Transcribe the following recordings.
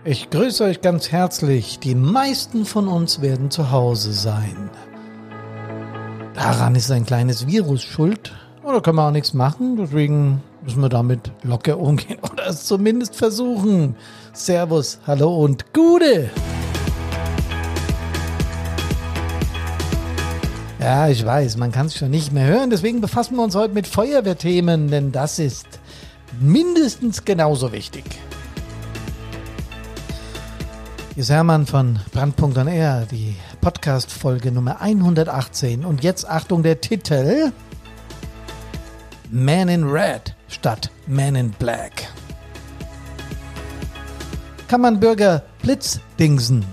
Ich grüße euch ganz herzlich. Die meisten von uns werden zu Hause sein. Daran ist ein kleines Virus schuld. Oder können wir auch nichts machen. Deswegen müssen wir damit locker umgehen. Oder es zumindest versuchen. Servus, hallo und Gude. Ja, ich weiß, man kann es schon nicht mehr hören. Deswegen befassen wir uns heute mit Feuerwehrthemen. Denn das ist mindestens genauso wichtig. Hier ist Hermann von Brand.on-Air, die Podcast-Folge Nummer 118. Und jetzt Achtung, der Titel: Man in Red statt Man in Black. Kann man Bürger blitzdingsen?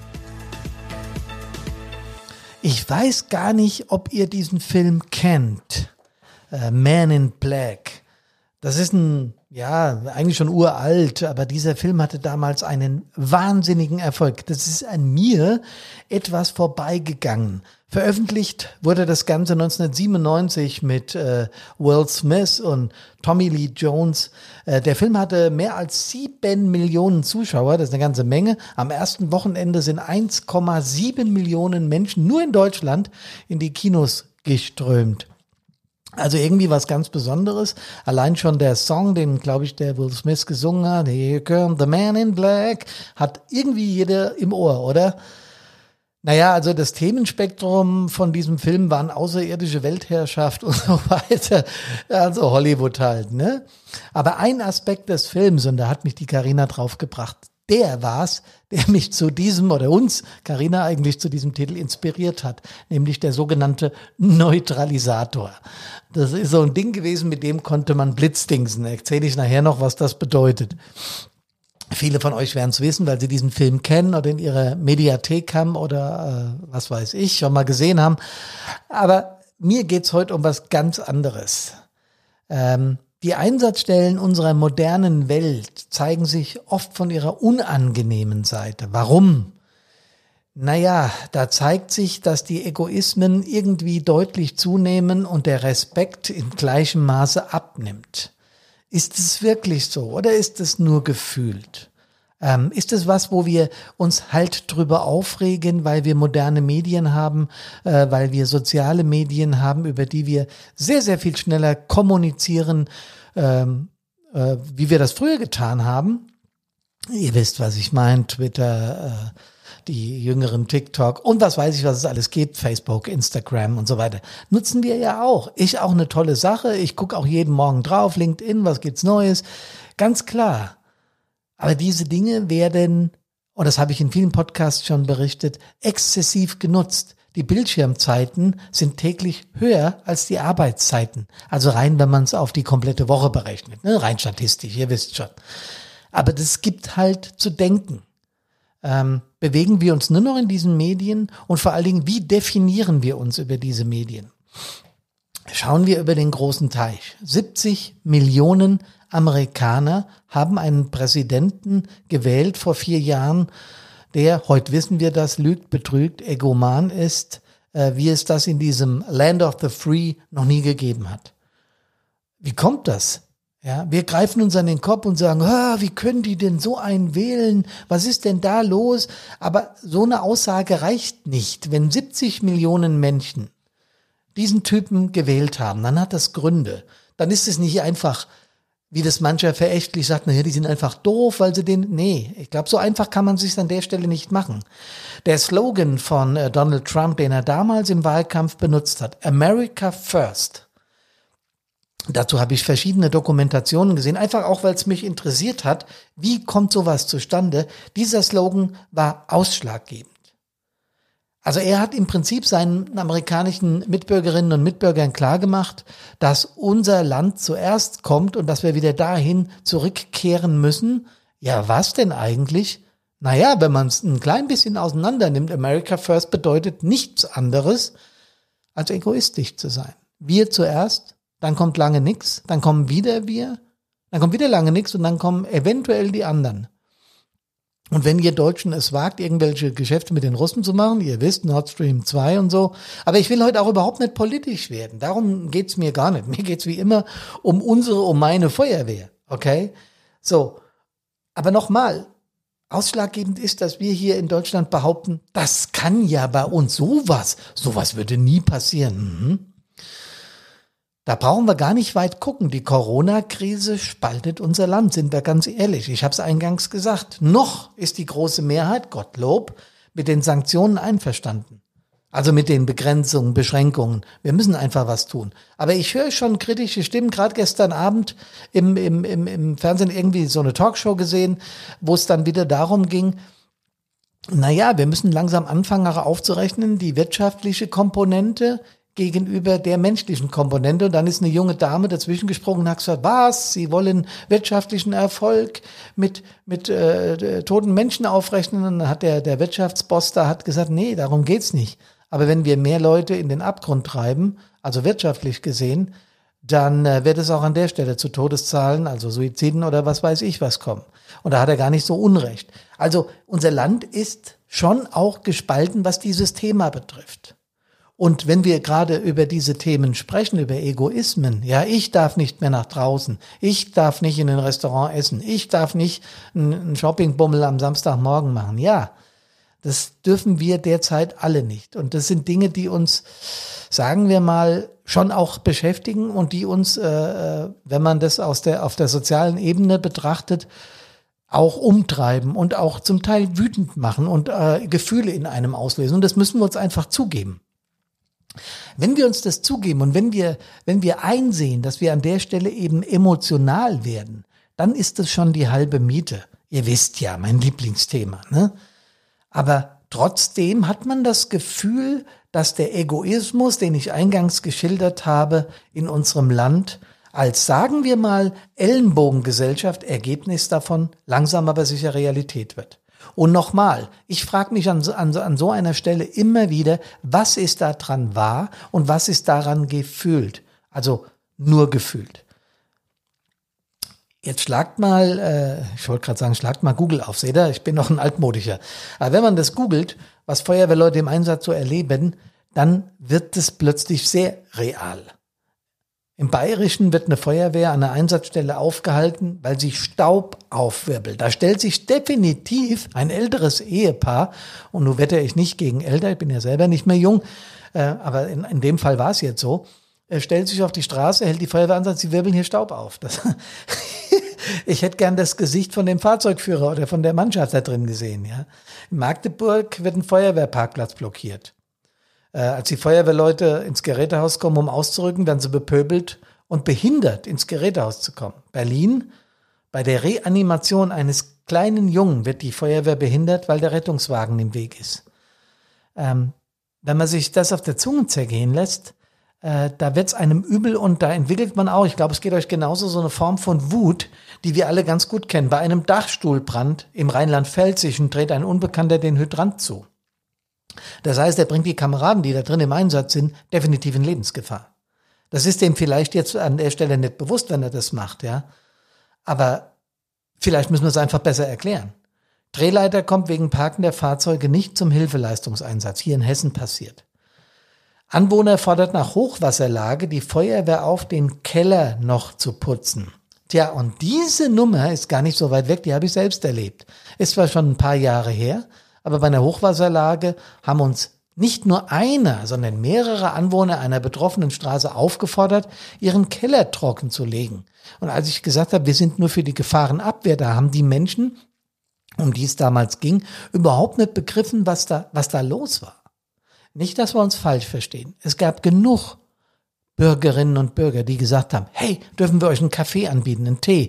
Ich weiß gar nicht, ob ihr diesen Film kennt. Man in Black. Das ist eigentlich schon uralt, aber dieser Film hatte damals einen wahnsinnigen Erfolg. Das ist an mir etwas vorbeigegangen. Veröffentlicht wurde das Ganze 1997 mit Will Smith und Tommy Lee Jones. Der Film hatte mehr als 7 Millionen Zuschauer, das ist eine ganze Menge. Am ersten Wochenende sind 1,7 Millionen Menschen nur in Deutschland in die Kinos geströmt. Also irgendwie was ganz Besonderes. Allein schon der Song, den, glaube ich, der Will Smith gesungen hat, Here Comes the Man in Black, hat irgendwie jeder im Ohr, oder? Naja, also das Themenspektrum von diesem Film waren außerirdische Weltherrschaft und so weiter. Also Hollywood halt, ne? Aber ein Aspekt des Films, und da hat mich die Carina draufgebracht, der war's, der mich zu diesem oder uns, Carina, eigentlich zu diesem Titel inspiriert hat, nämlich der sogenannte Neutralisator. Das ist so ein Ding gewesen, mit dem konnte man blitzdingsen. Erzähle ich nachher noch, was das bedeutet. Viele von euch werden es wissen, weil sie diesen Film kennen oder in ihrer Mediathek haben oder was weiß ich, schon mal gesehen haben. Aber mir geht's heute um was ganz anderes. Die Einsatzstellen unserer modernen Welt zeigen sich oft von ihrer unangenehmen Seite. Warum? Naja, da zeigt sich, dass die Egoismen irgendwie deutlich zunehmen und der Respekt in gleichem Maße abnimmt. Ist es wirklich so oder ist es nur gefühlt? Ist es was, wo wir uns halt drüber aufregen, weil wir moderne Medien haben, weil wir soziale Medien haben, über die wir sehr, sehr viel schneller kommunizieren, wie wir das früher getan haben? Ihr wisst, was ich meine, Twitter, die jüngeren TikTok und was weiß ich, was es alles gibt, Facebook, Instagram und so weiter. Nutzen wir ja auch. Ich auch eine tolle Sache. Ich gucke auch jeden Morgen drauf, LinkedIn, was gibt's Neues? Ganz klar. Aber diese Dinge werden, und das habe ich in vielen Podcasts schon berichtet, exzessiv genutzt. Die Bildschirmzeiten sind täglich höher als die Arbeitszeiten. Also rein, wenn man es auf die komplette Woche berechnet, ne? Rein statistisch, ihr wisst schon. Aber das gibt halt zu denken. Bewegen wir uns nur noch in diesen Medien und vor allen Dingen, wie definieren wir uns über diese Medien? Schauen wir über den großen Teich. 70 Millionen Amerikaner haben einen Präsidenten gewählt vor 4 Jahren, der, heute wissen wir das, lügt, betrügt, egoman ist, wie es das in diesem Land of the Free noch nie gegeben hat. Wie kommt das? Ja, wir greifen uns an den Kopf und sagen, wie können die denn so einen wählen? Was ist denn da los? Aber so eine Aussage reicht nicht. Wenn 70 Millionen Menschen diesen Typen gewählt haben, dann hat das Gründe. Dann ist es nicht einfach, wie das mancher verächtlich sagt, die sind einfach doof, weil sie nee, ich glaube, so einfach kann man es sich an der Stelle nicht machen. Der Slogan von Donald Trump, den er damals im Wahlkampf benutzt hat, America First. Dazu habe ich verschiedene Dokumentationen gesehen, einfach auch, weil es mich interessiert hat, wie kommt sowas zustande. Dieser Slogan war ausschlaggebend. Also er hat im Prinzip seinen amerikanischen Mitbürgerinnen und Mitbürgern klargemacht, dass unser Land zuerst kommt und dass wir wieder dahin zurückkehren müssen. Ja, was denn eigentlich? Naja, wenn man es ein klein bisschen auseinander nimmt, America First bedeutet nichts anderes, als egoistisch zu sein. Wir zuerst, dann kommt lange nichts, dann kommen wieder wir, dann kommt wieder lange nichts und dann kommen eventuell die anderen. Und wenn ihr Deutschen es wagt, irgendwelche Geschäfte mit den Russen zu machen, ihr wisst, Nord Stream 2 und so, aber ich will heute auch überhaupt nicht politisch werden. Darum geht's mir gar nicht. Mir geht's wie immer um meine Feuerwehr, okay? So, aber nochmal, Ausschlaggebend ist, dass wir hier in Deutschland behaupten, das kann ja bei uns sowas würde nie passieren. Da brauchen wir gar nicht weit gucken. Die Corona-Krise spaltet unser Land, sind wir ganz ehrlich. Ich habe es eingangs gesagt. Noch ist die große Mehrheit, Gottlob, mit den Sanktionen einverstanden. Also mit den Begrenzungen, Beschränkungen. Wir müssen einfach was tun. Aber ich höre schon kritische Stimmen. Gerade gestern Abend im Fernsehen irgendwie so eine Talkshow gesehen, wo es dann wieder darum ging, naja, wir müssen langsam anfangen, auch aufzurechnen, die wirtschaftliche Komponente gegenüber der menschlichen Komponente. Und dann ist eine junge Dame dazwischen gesprungen und hat gesagt, was, Sie wollen wirtschaftlichen Erfolg mit toten Menschen aufrechnen? Und dann hat der Wirtschaftsboss da hat gesagt, nee, darum geht's nicht. Aber wenn wir mehr Leute in den Abgrund treiben, also wirtschaftlich gesehen, dann wird es auch an der Stelle zu Todeszahlen, also Suiziden oder was weiß ich was kommen. Und da hat er gar nicht so Unrecht. Also unser Land ist schon auch gespalten, was dieses Thema betrifft. Und wenn wir gerade über diese Themen sprechen, über Egoismen, ja, ich darf nicht mehr nach draußen, ich darf nicht in ein Restaurant essen, ich darf nicht einen Shoppingbummel am Samstagmorgen machen, ja, das dürfen wir derzeit alle nicht. Und das sind Dinge, die uns, sagen wir mal, schon auch beschäftigen und die uns, wenn man das auf der sozialen Ebene betrachtet, auch umtreiben und auch zum Teil wütend machen und Gefühle in einem auslösen. Und das müssen wir uns einfach zugeben. Wenn wir uns das zugeben und wenn wir einsehen, dass wir an der Stelle eben emotional werden, dann ist das schon die halbe Miete. Ihr wisst ja, mein Lieblingsthema, ne? Aber trotzdem hat man das Gefühl, dass der Egoismus, den ich eingangs geschildert habe, in unserem Land als, sagen wir mal, Ellenbogengesellschaft, Ergebnis davon, langsam aber sicher Realität wird. Und nochmal, ich frage mich an so einer Stelle immer wieder, was ist da dran wahr und was ist daran gefühlt? Also nur gefühlt. Jetzt schlagt mal Google auf, seht ihr? Ich bin noch ein altmodischer. Aber wenn man das googelt, was Feuerwehrleute im Einsatz so erleben, dann wird es plötzlich sehr real. Im Bayerischen wird eine Feuerwehr an einer Einsatzstelle aufgehalten, weil sie Staub aufwirbelt. Da stellt sich definitiv ein älteres Ehepaar, und nun wette ich nicht gegen älter, ich bin ja selber nicht mehr jung, aber in dem Fall war es jetzt so, stellt sich auf die Straße, hält die Feuerwehr an, sagt, sie wirbeln hier Staub auf. Ich hätte gern das Gesicht von dem Fahrzeugführer oder von der Mannschaft da drin gesehen. Ja. In Magdeburg wird ein Feuerwehrparkplatz blockiert. Als die Feuerwehrleute ins Gerätehaus kommen, um auszurücken, werden sie bepöbelt und behindert, ins Gerätehaus zu kommen. Berlin, bei der Reanimation eines kleinen Jungen wird die Feuerwehr behindert, weil der Rettungswagen im Weg ist. Wenn man sich das auf der Zunge zergehen lässt, da wird's einem übel und da entwickelt man auch, ich glaube, es geht euch genauso, so eine Form von Wut, die wir alle ganz gut kennen. Bei einem Dachstuhlbrand im Rheinland-Pfälzischen dreht ein Unbekannter den Hydrant zu. Das heißt, er bringt die Kameraden, die da drin im Einsatz sind, definitiv in Lebensgefahr. Das ist dem vielleicht jetzt an der Stelle nicht bewusst, wenn er das macht, ja. Aber vielleicht müssen wir es einfach besser erklären. Drehleiter kommt wegen Parken der Fahrzeuge nicht zum Hilfeleistungseinsatz. Hier in Hessen passiert. Anwohner fordert nach Hochwasserlage die Feuerwehr auf, den Keller noch zu putzen. Tja, und diese Nummer ist gar nicht so weit weg, die habe ich selbst erlebt. Ist zwar schon ein paar Jahre her, aber bei einer Hochwasserlage haben uns nicht nur einer, sondern mehrere Anwohner einer betroffenen Straße aufgefordert, ihren Keller trocken zu legen. Und als ich gesagt habe, wir sind nur für die Gefahrenabwehr, da haben die Menschen, um die es damals ging, überhaupt nicht begriffen, was da los war. Nicht, dass wir uns falsch verstehen. Es gab genug Bürgerinnen und Bürger, die gesagt haben, hey, dürfen wir euch einen Kaffee anbieten, einen Tee,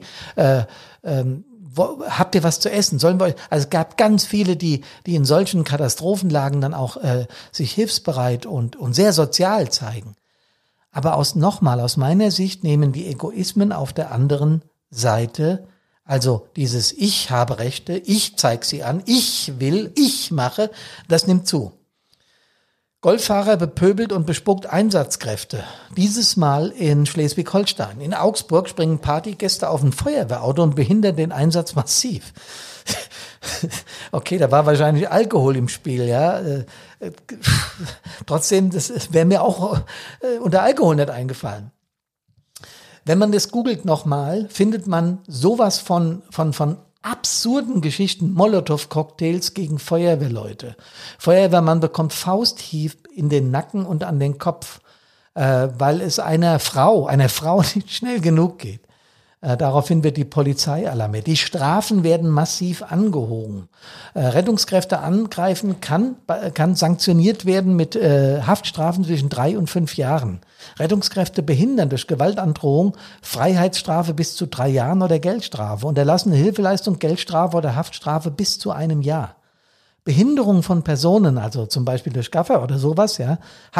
habt ihr was zu essen? Sollen wir euch? Also es gab ganz viele, die in solchen Katastrophenlagen dann auch sich hilfsbereit und sehr sozial zeigen. Aber aus meiner Sicht nehmen die Egoismen auf der anderen Seite, also dieses Ich habe Rechte, ich zeige sie an, ich will, ich mache, das nimmt zu. Golffahrer bepöbelt und bespuckt Einsatzkräfte. Dieses Mal in Schleswig-Holstein. In Augsburg springen Partygäste auf ein Feuerwehrauto und behindern den Einsatz massiv. Okay, da war wahrscheinlich Alkohol im Spiel, ja. Trotzdem, das wäre mir auch unter Alkohol nicht eingefallen. Wenn man das googelt nochmal, findet man sowas von absurden Geschichten, Molotow-Cocktails gegen Feuerwehrleute. Feuerwehrmann bekommt Fausthieb in den Nacken und an den Kopf, weil es einer Frau nicht schnell genug geht. Daraufhin wird die Polizei alarmiert. Die Strafen werden massiv angehoben. Rettungskräfte angreifen kann sanktioniert werden mit Haftstrafen zwischen 3 und 5 Jahren. Rettungskräfte behindern durch Gewaltandrohung, Freiheitsstrafe bis zu 3 Jahren oder Geldstrafe. Unterlassene Hilfeleistung, Geldstrafe oder Haftstrafe bis zu 1 Jahr. Behinderung von Personen, also zum Beispiel durch Gaffer oder sowas, ja,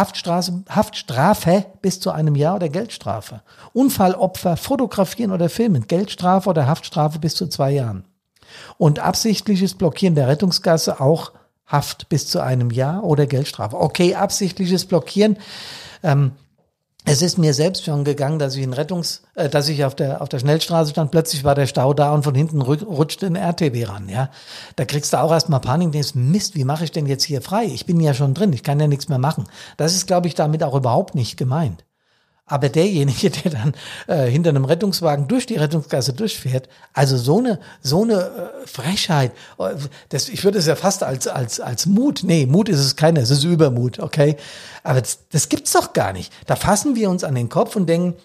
Haftstrafe bis zu 1 Jahr oder Geldstrafe. Unfallopfer fotografieren oder filmen, Geldstrafe oder Haftstrafe bis zu 2 Jahren. Und absichtliches Blockieren der Rettungsgasse auch Haft bis zu 1 Jahr oder Geldstrafe. Okay, absichtliches Blockieren. Es ist mir selbst schon gegangen, dass ich auf der Schnellstraße stand, plötzlich war der Stau da und von hinten rutschte ein RTW ran, ja. Da kriegst du auch erstmal Panik und denkst, Mist, wie mache ich denn jetzt hier frei? Ich bin ja schon drin, ich kann ja nichts mehr machen. Das ist, glaube ich, damit auch überhaupt nicht gemeint. Aber derjenige, der dann hinter einem Rettungswagen durch die Rettungsgasse durchfährt, also so eine Frechheit, ich würde es ja fast als Mut, Mut ist es keiner, es ist Übermut, okay? Aber das gibt's doch gar nicht. Da fassen wir uns an den Kopf und denken,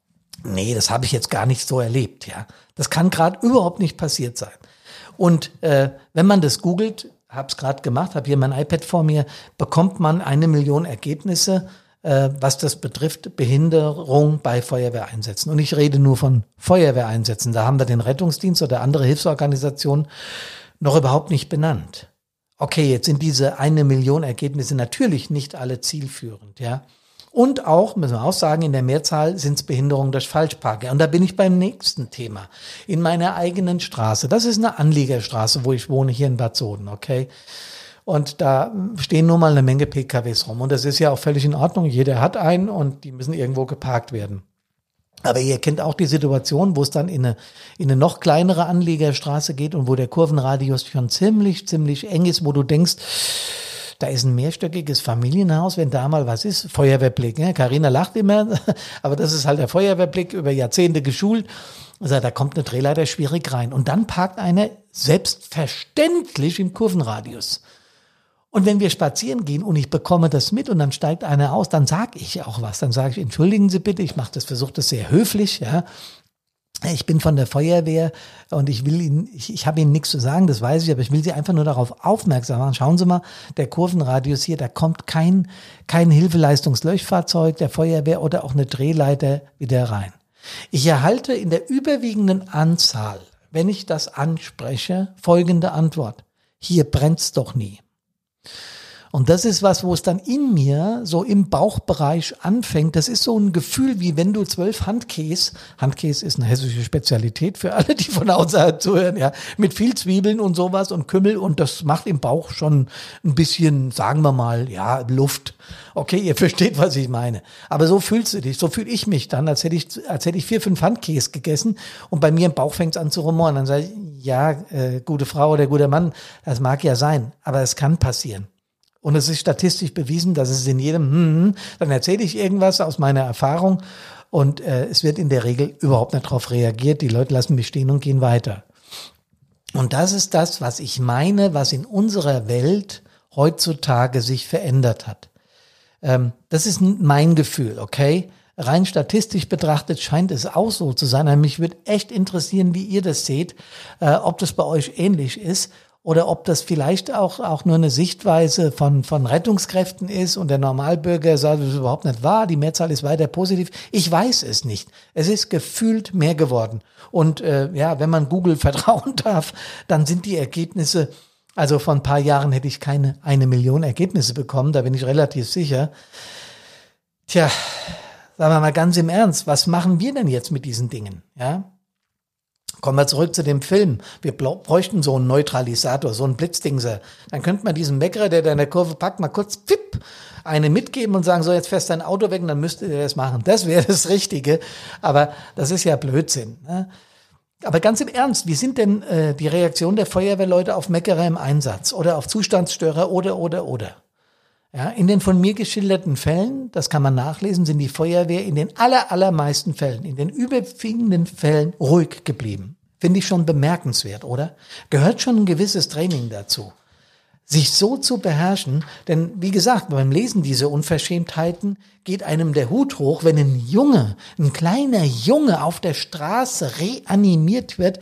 nee, das habe ich jetzt gar nicht so erlebt, ja. Das kann gerade überhaupt nicht passiert sein. Und wenn man das googelt, hab's gerade gemacht, habe hier mein iPad vor mir, bekommt man 1 Million Ergebnisse, was das betrifft, Behinderung bei Feuerwehreinsätzen. Und ich rede nur von Feuerwehreinsätzen. Da haben wir den Rettungsdienst oder andere Hilfsorganisationen noch überhaupt nicht benannt. Okay, jetzt sind diese 1 Million Ergebnisse natürlich nicht alle zielführend, ja. Und auch, müssen wir auch sagen, in der Mehrzahl sind es Behinderungen durch Falschparker. Und da bin ich beim nächsten Thema. In meiner eigenen Straße. Das ist eine Anliegerstraße, wo ich wohne, hier in Bad Soden, okay. Und da stehen nun mal eine Menge PKWs rum. Und das ist ja auch völlig in Ordnung. Jeder hat einen und die müssen irgendwo geparkt werden. Aber ihr kennt auch die Situation, wo es dann in eine noch kleinere Anliegerstraße geht und wo der Kurvenradius schon ziemlich eng ist, wo du denkst, da ist ein mehrstöckiges Familienhaus, wenn da mal was ist, Feuerwehrblick. Ne? Carina lacht immer, aber das ist halt der Feuerwehrblick, über Jahrzehnte geschult. Also da kommt eine Drehleiter schwierig rein. Und dann parkt einer selbstverständlich im Kurvenradius. Und wenn wir spazieren gehen und ich bekomme das mit und dann steigt einer aus, dann sage ich auch was. Dann sage ich, entschuldigen Sie bitte, versuche das sehr höflich, ja. Ich bin von der Feuerwehr und ich habe Ihnen nichts zu sagen, das weiß ich, aber ich will Sie einfach nur darauf aufmerksam machen. Schauen Sie mal, der Kurvenradius hier, da kommt kein Hilfeleistungslöschfahrzeug der Feuerwehr oder auch eine Drehleiter wieder rein. Ich erhalte in der überwiegenden Anzahl, wenn ich das anspreche, folgende Antwort. Hier brennt's doch nie. Und das ist was, wo es dann in mir so im Bauchbereich anfängt. Das ist so ein Gefühl, wie wenn du 12 Handkäse ist eine hessische Spezialität für alle, die von außerhalb zuhören, ja, mit viel Zwiebeln und sowas und Kümmel und das macht im Bauch schon ein bisschen, sagen wir mal, ja, Luft. Okay, ihr versteht, was ich meine. Aber so fühlst du dich, so fühle ich mich dann, als hätte ich 4, 5 Handkäse gegessen und bei mir im Bauch fängt es an zu rumoren. Dann sage ich, ja, gute Frau oder guter Mann, das mag ja sein, aber es kann passieren. Und es ist statistisch bewiesen, dass es in jedem, dann erzähle ich irgendwas aus meiner Erfahrung und es wird in der Regel überhaupt nicht darauf reagiert. Die Leute lassen mich stehen und gehen weiter. Und das ist das, was ich meine, was in unserer Welt heutzutage sich verändert hat. Das ist mein Gefühl, okay? Rein statistisch betrachtet scheint es auch so zu sein. Aber mich würde echt interessieren, wie ihr das seht, ob das bei euch ähnlich ist. Oder ob das vielleicht auch nur eine Sichtweise von Rettungskräften ist und der Normalbürger sagt, das ist überhaupt nicht wahr, die Mehrzahl ist weiter positiv. Ich weiß es nicht. Es ist gefühlt mehr geworden. Und wenn man Google vertrauen darf, dann sind die Ergebnisse, also vor ein paar Jahren hätte ich keine 1 Million Ergebnisse bekommen, da bin ich relativ sicher. Tja, sagen wir mal ganz im Ernst, was machen wir denn jetzt mit diesen Dingen? Ja? Kommen wir zurück zu dem Film. Wir bräuchten so einen Neutralisator, so einen Blitzdingser. Dann könnte man diesem Bäcker, der da in der Kurve packt, mal kurz eine mitgeben und sagen, so jetzt fährst dein Auto weg und dann müsste der das machen. Das wäre das Richtige. Aber das ist ja Blödsinn. Ne? Aber ganz im Ernst, wie sind denn die Reaktionen der Feuerwehrleute auf Meckerer im Einsatz oder auf Zustandsstörer oder? Ja, in den von mir geschilderten Fällen, das kann man nachlesen, sind die Feuerwehr in den allermeisten Fällen, in den überwiegenden Fällen ruhig geblieben. Finde ich schon bemerkenswert, oder? Gehört schon ein gewisses Training dazu. Sich so zu beherrschen, denn wie gesagt, beim Lesen dieser Unverschämtheiten geht einem der Hut hoch, wenn ein kleiner Junge auf der Straße reanimiert wird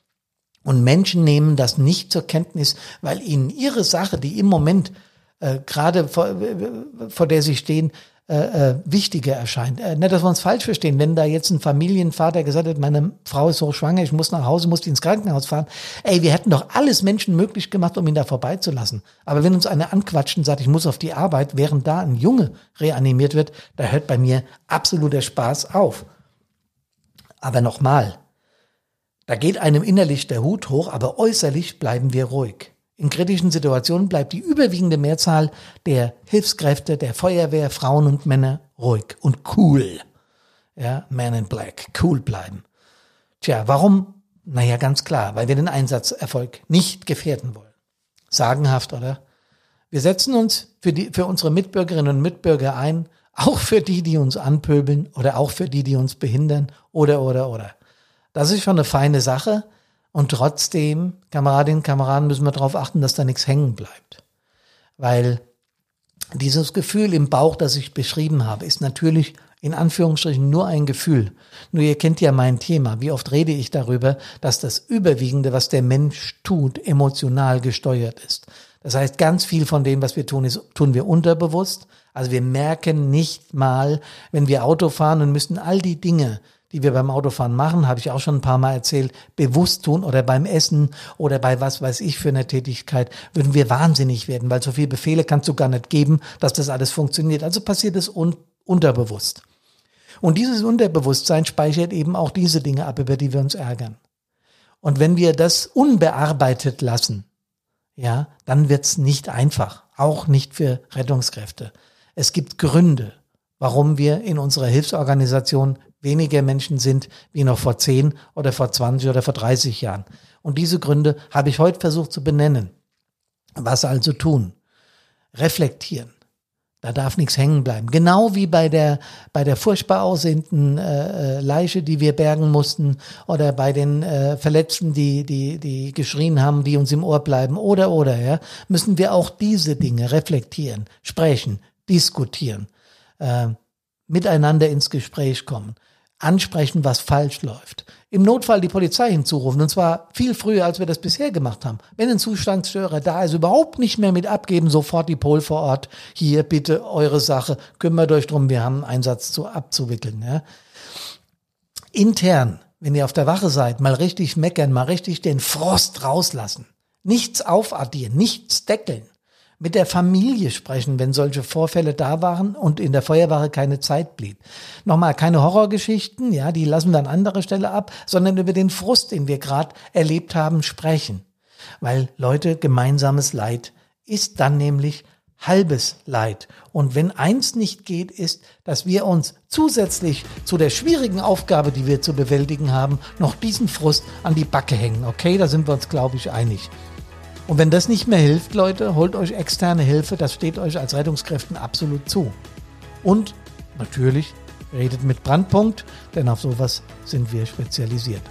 und Menschen nehmen das nicht zur Kenntnis, weil ihnen ihre Sache, die im Moment gerade vor der sie stehen, wichtiger erscheint. Nicht, dass wir uns falsch verstehen. Wenn da jetzt ein Familienvater gesagt hat, meine Frau ist hochschwanger, ich muss nach Hause, muss die ins Krankenhaus fahren. Ey, wir hätten doch alles Menschen möglich gemacht, um ihn da vorbeizulassen. Aber wenn uns einer anquatscht und sagt, ich muss auf die Arbeit, während da ein Junge reanimiert wird, da hört bei mir absoluter Spaß auf. Aber nochmal, da geht einem innerlich der Hut hoch, aber äußerlich bleiben wir ruhig. In kritischen Situationen bleibt die überwiegende Mehrzahl der Hilfskräfte, der Feuerwehr, Frauen und Männer ruhig und cool. Ja, Man in Black, cool bleiben. Tja, warum? Naja, ganz klar, weil wir den Einsatzerfolg nicht gefährden wollen. Sagenhaft, oder? Wir setzen uns für unsere Mitbürgerinnen und Mitbürger ein, auch für die uns anpöbeln oder auch für die uns behindern oder. Das ist schon eine feine Sache. Und trotzdem, Kameradinnen und Kameraden, müssen wir darauf achten, dass da nichts hängen bleibt. Weil dieses Gefühl im Bauch, das ich beschrieben habe, ist natürlich in Anführungsstrichen nur ein Gefühl. Nur ihr kennt ja mein Thema. Wie oft rede ich darüber, dass das Überwiegende, was der Mensch tut, emotional gesteuert ist. Das heißt, ganz viel von dem, was wir tun, tun wir unterbewusst. Also wir merken nicht mal, wenn wir Auto fahren und müssen all die Dinge, die wir beim Autofahren machen, habe ich auch schon ein paar Mal erzählt, bewusst tun oder beim Essen oder bei was weiß ich für eine Tätigkeit, würden wir wahnsinnig werden, weil so viele Befehle kannst du gar nicht geben, dass das alles funktioniert. Also passiert es unterbewusst. Und dieses Unterbewusstsein speichert eben auch diese Dinge ab, über die wir uns ärgern. Und wenn wir das unbearbeitet lassen, ja, dann wird's nicht einfach, auch nicht für Rettungskräfte. Es gibt Gründe, warum wir in unserer Hilfsorganisation weniger Menschen sind wie noch vor 10 oder vor 20 oder vor 30 Jahren. Und diese Gründe habe ich heute versucht zu benennen. Was also tun? Reflektieren. Da darf nichts hängen bleiben. Genau wie bei der furchtbar aussehenden Leiche, die wir bergen mussten, oder bei den Verletzten, die geschrien haben, die uns im Ohr bleiben, oder, ja, müssen wir auch diese Dinge reflektieren, sprechen, diskutieren, miteinander ins Gespräch kommen. Ansprechen, was falsch läuft. Im Notfall die Polizei hinzurufen, und zwar viel früher, als wir das bisher gemacht haben. Wenn ein Zustandsstörer da ist, überhaupt nicht mehr mit abgeben, sofort die Pol vor Ort. Hier, bitte, eure Sache, kümmert euch drum, wir haben einen Einsatz abzuwickeln. Ja. Intern, wenn ihr auf der Wache seid, mal richtig meckern, mal richtig den Frost rauslassen. Nichts aufaddieren, nichts deckeln. Mit der Familie sprechen, wenn solche Vorfälle da waren und in der Feuerwache keine Zeit blieb. Nochmal, keine Horrorgeschichten, ja, die lassen wir an anderer Stelle ab, sondern über den Frust, den wir gerade erlebt haben, sprechen. Weil, Leute, gemeinsames Leid ist dann nämlich halbes Leid. Und wenn eins nicht geht, ist, dass wir uns zusätzlich zu der schwierigen Aufgabe, die wir zu bewältigen haben, noch diesen Frust an die Backe hängen. Okay, da sind wir uns, glaube ich, einig. Und wenn das nicht mehr hilft, Leute, holt euch externe Hilfe, das steht euch als Rettungskräften absolut zu. Und natürlich redet mit Brandpunkt, denn auf sowas sind wir spezialisiert.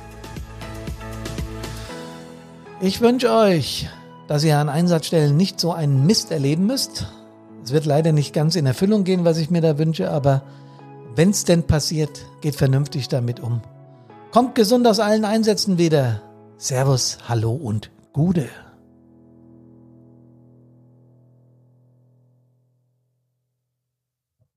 Ich wünsche euch, dass ihr an Einsatzstellen nicht so einen Mist erleben müsst. Es wird leider nicht ganz in Erfüllung gehen, was ich mir da wünsche, aber wenn es denn passiert, geht vernünftig damit um. Kommt gesund aus allen Einsätzen wieder. Servus, hallo und Gude.